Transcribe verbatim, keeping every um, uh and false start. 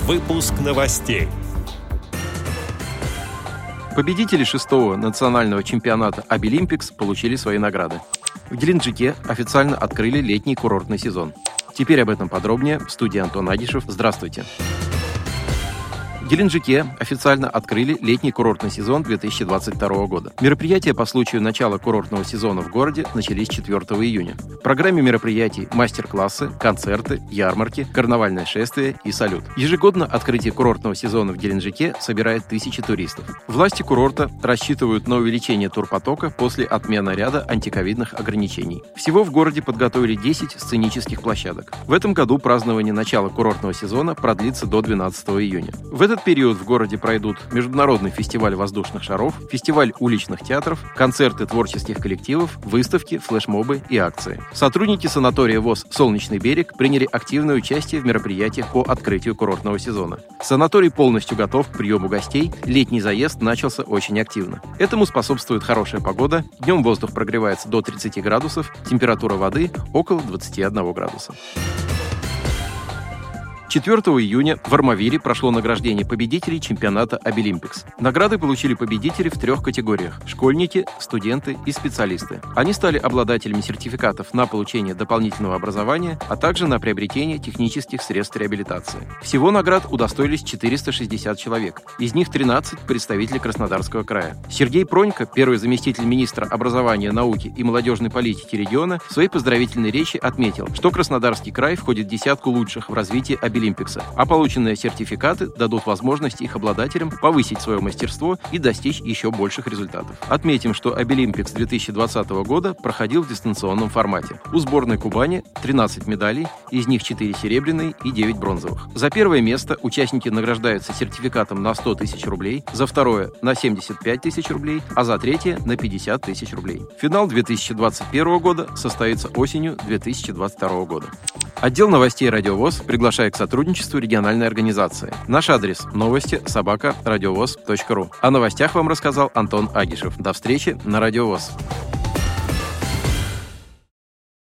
Выпуск новостей. Победители шестого национального чемпионата Обилимпикс получили свои награды. В Геленджике официально открыли летний курортный сезон. Теперь об этом подробнее. В студии Антон Агишев. Здравствуйте. В Геленджике официально открыли летний курортный сезон две тысячи двадцать второго года. Мероприятия по случаю начала курортного сезона в городе начались четвёртого июня. В программе мероприятий мастер-классы, концерты, ярмарки, карнавальное шествие и салют. Ежегодно открытие курортного сезона в Геленджике собирает тысячи туристов. Власти курорта рассчитывают на увеличение турпотока после отмены ряда антиковидных ограничений. Всего в городе подготовили десять сценических площадок. В этом году празднование начала курортного сезона продлится до двенадцатого июня. В этот период в городе пройдут Международный фестиваль воздушных шаров, фестиваль уличных театров, концерты творческих коллективов, выставки, флешмобы и акции. Сотрудники санатория ВОС «Солнечный берег» приняли активное участие в мероприятиях по открытию курортного сезона. Санаторий полностью готов к приему гостей, летний заезд начался очень активно. Этому способствует хорошая погода, днем воздух прогревается до тридцати градусов, температура воды около двадцати одного градуса. четвёртого июня в Армавире прошло награждение победителей чемпионата Обилимпикс. Награды получили победители в трех категориях – школьники, студенты и специалисты. Они стали обладателями сертификатов на получение дополнительного образования, а также на приобретение технических средств реабилитации. Всего наград удостоились четыреста шестьдесят человек, из них тринадцать представителей Краснодарского края. Сергей Пронько, первый заместитель министра образования, науки и молодежной политики региона, в своей поздравительной речи отметил, что Краснодарский край входит в десятку лучших в развитии Обилимпикс. Олимпикса, а полученные сертификаты дадут возможность их обладателям повысить свое мастерство и достичь еще больших результатов. Отметим, что Обилимпикс две тысячи двадцатого года проходил в дистанционном формате. У сборной Кубани тринадцать медалей, из них четыре серебряные и девять бронзовых. За первое место участники награждаются сертификатом на сто тысяч рублей, за второе на семьдесят пять тысяч рублей, а за третье на пятьдесят тысяч рублей. Финал две тысячи двадцать первого года состоится осенью две тысячи двадцать второго года. Отдел новостей «Радио ВОС» приглашает к сотрудничеству региональной организации. Наш адрес – новости собака радиовоз точка ру. О новостях вам рассказал Антон Агишев. До встречи на Радио ВОС.